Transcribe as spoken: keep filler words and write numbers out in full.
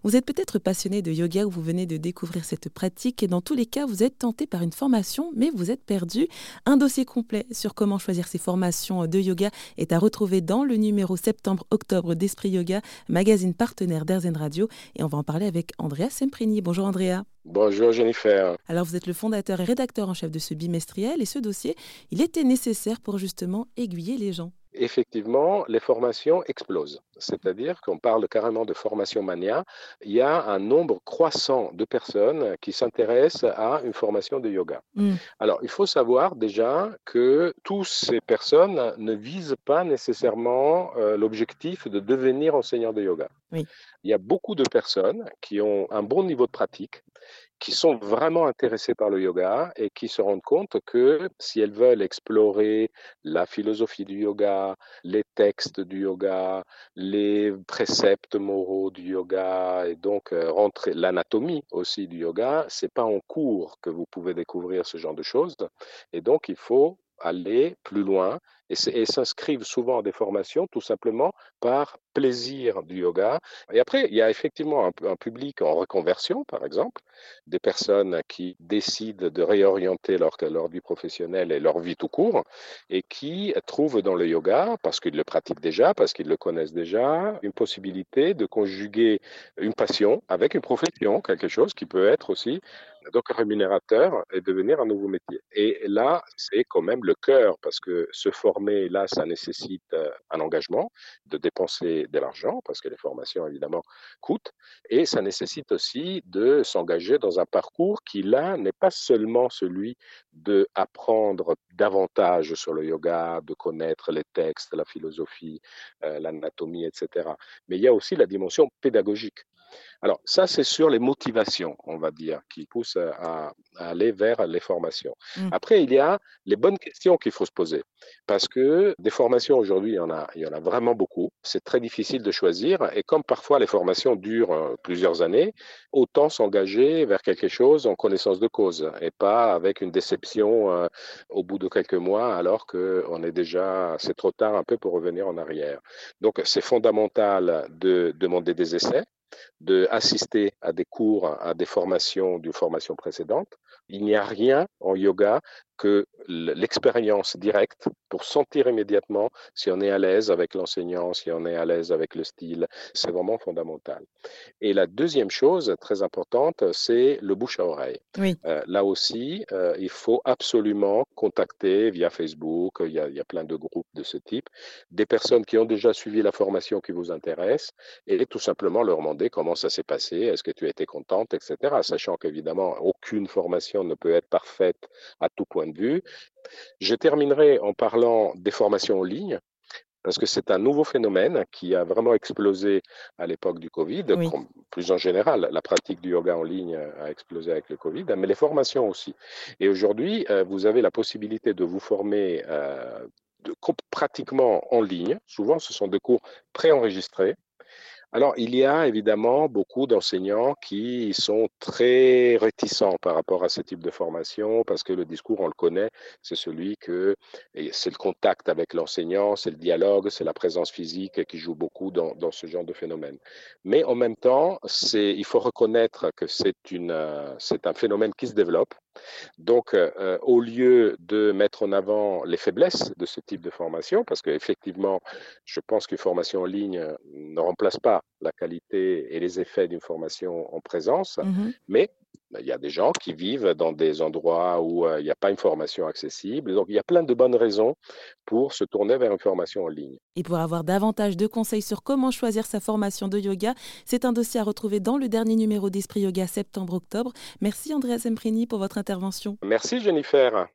Vous êtes peut-être passionné de yoga ou vous venez de découvrir cette pratique et dans tous les cas, vous êtes tenté par une formation, mais vous êtes perdu. Un dossier complet sur comment choisir ses formations de yoga est à retrouver dans le numéro septembre-octobre d'Esprit Yoga, magazine partenaire d'Airzen Radio. Et on va en parler avec Andrea Semprini. Bonjour Andrea. Bonjour Jennifer. Alors vous êtes le fondateur et rédacteur en chef de ce bimestriel et ce dossier, il était nécessaire pour justement aiguiller les gens. Effectivement, les formations explosent. C'est-à-dire qu'on parle carrément de formation mania. Il y a un nombre croissant de personnes qui s'intéressent à une formation de yoga. Mm. Alors, il faut savoir déjà que toutes ces personnes ne visent pas nécessairement euh, l'objectif de devenir enseignant de yoga. Oui. Il y a beaucoup de personnes qui ont un bon niveau de pratique, qui sont vraiment intéressées par le yoga et qui se rendent compte que si elles veulent explorer la philosophie du yoga, les textes du yoga, les préceptes moraux du yoga et donc euh, rentrer l'anatomie aussi du yoga, c'est pas en cours que vous pouvez découvrir ce genre de choses. Et donc, il faut aller plus loin et, et s'inscrivent souvent à des formations tout simplement par plaisir du yoga. Et après, il y a effectivement un, un public en reconversion, par exemple, des personnes qui décident de réorienter leur, leur vie professionnelle et leur vie tout court et qui trouvent dans le yoga, parce qu'ils le pratiquent déjà, parce qu'ils le connaissent déjà, une possibilité de conjuguer une passion avec une profession, quelque chose qui peut être aussi donc rémunérateur et devenir un nouveau métier. Et là, c'est quand même le cœur, parce que se former, là, ça nécessite un engagement, de dépenser de l'argent, parce que les formations, évidemment, coûtent, et ça nécessite aussi de s'engager dans un parcours qui, là, n'est pas seulement celui d'apprendre davantage sur le yoga, de connaître les textes, la philosophie, euh, l'anatomie, et cetera. Mais il y a aussi la dimension pédagogique. Alors, ça, c'est sur les motivations, on va dire, qui poussent à, à aller vers les formations. Mm. Après, il y a les bonnes questions qu'il faut se poser. Parce que des formations, aujourd'hui, il y en a, il y en a vraiment beaucoup. C'est très difficile de choisir. Et comme parfois les formations durent euh, plusieurs années, autant s'engager vers quelque chose en connaissance de cause et pas avec une déception euh, au bout de quelques mois, alors qu'on est déjà, c'est trop tard un peu pour revenir en arrière. Donc, c'est fondamental de demander des essais, d'assister à des cours, à des formations d'une formation précédente. Il n'y a rien en yoga que l'expérience directe pour sentir immédiatement si on est à l'aise avec l'enseignant, si on est à l'aise avec le style. C'est vraiment fondamental. Et la deuxième chose très importante, c'est le bouche à oreille. Oui. Euh, là aussi, euh, il faut absolument contacter via Facebook, il y, a, il y a plein de groupes de ce type, des personnes qui ont déjà suivi la formation qui vous intéresse et tout simplement leur demander comment ça s'est passé, est-ce que tu as été contente, et cetera. Sachant qu'évidemment, aucune formation ne peut être parfaite à tout point de vue. Je terminerai en parlant des formations en ligne, parce que c'est un nouveau phénomène qui a vraiment explosé à l'époque du Covid. Oui. Plus en général, la pratique du yoga en ligne a explosé avec le Covid, mais les formations aussi. Et aujourd'hui, vous avez la possibilité de vous former euh, de, pratiquement en ligne. Souvent, ce sont des cours préenregistrés. Alors, il y a évidemment beaucoup d'enseignants qui sont très réticents par rapport à ce type de formation parce que le discours, on le connaît, c'est celui que c'est le contact avec l'enseignant, c'est le dialogue, c'est la présence physique qui joue beaucoup dans, dans ce genre de phénomène. Mais en même temps, c'est, il faut reconnaître que c'est, une, c'est un phénomène qui se développe. Donc, euh, au lieu de mettre en avant les faiblesses de ce type de formation, parce qu'effectivement, je pense qu'une formation en ligne ne remplace pas la qualité et les effets d'une formation en présence, Mm-hmm. mais il y a des gens qui vivent dans des endroits où euh, il n'y a pas une formation accessible. Donc, il y a plein de bonnes raisons pour se tourner vers une formation en ligne. Et pour avoir davantage de conseils sur comment choisir sa formation de yoga, c'est un dossier à retrouver dans le dernier numéro d'Esprit Yoga septembre-octobre. Merci Andrea Semprini pour votre intervention. Merci Jennifer.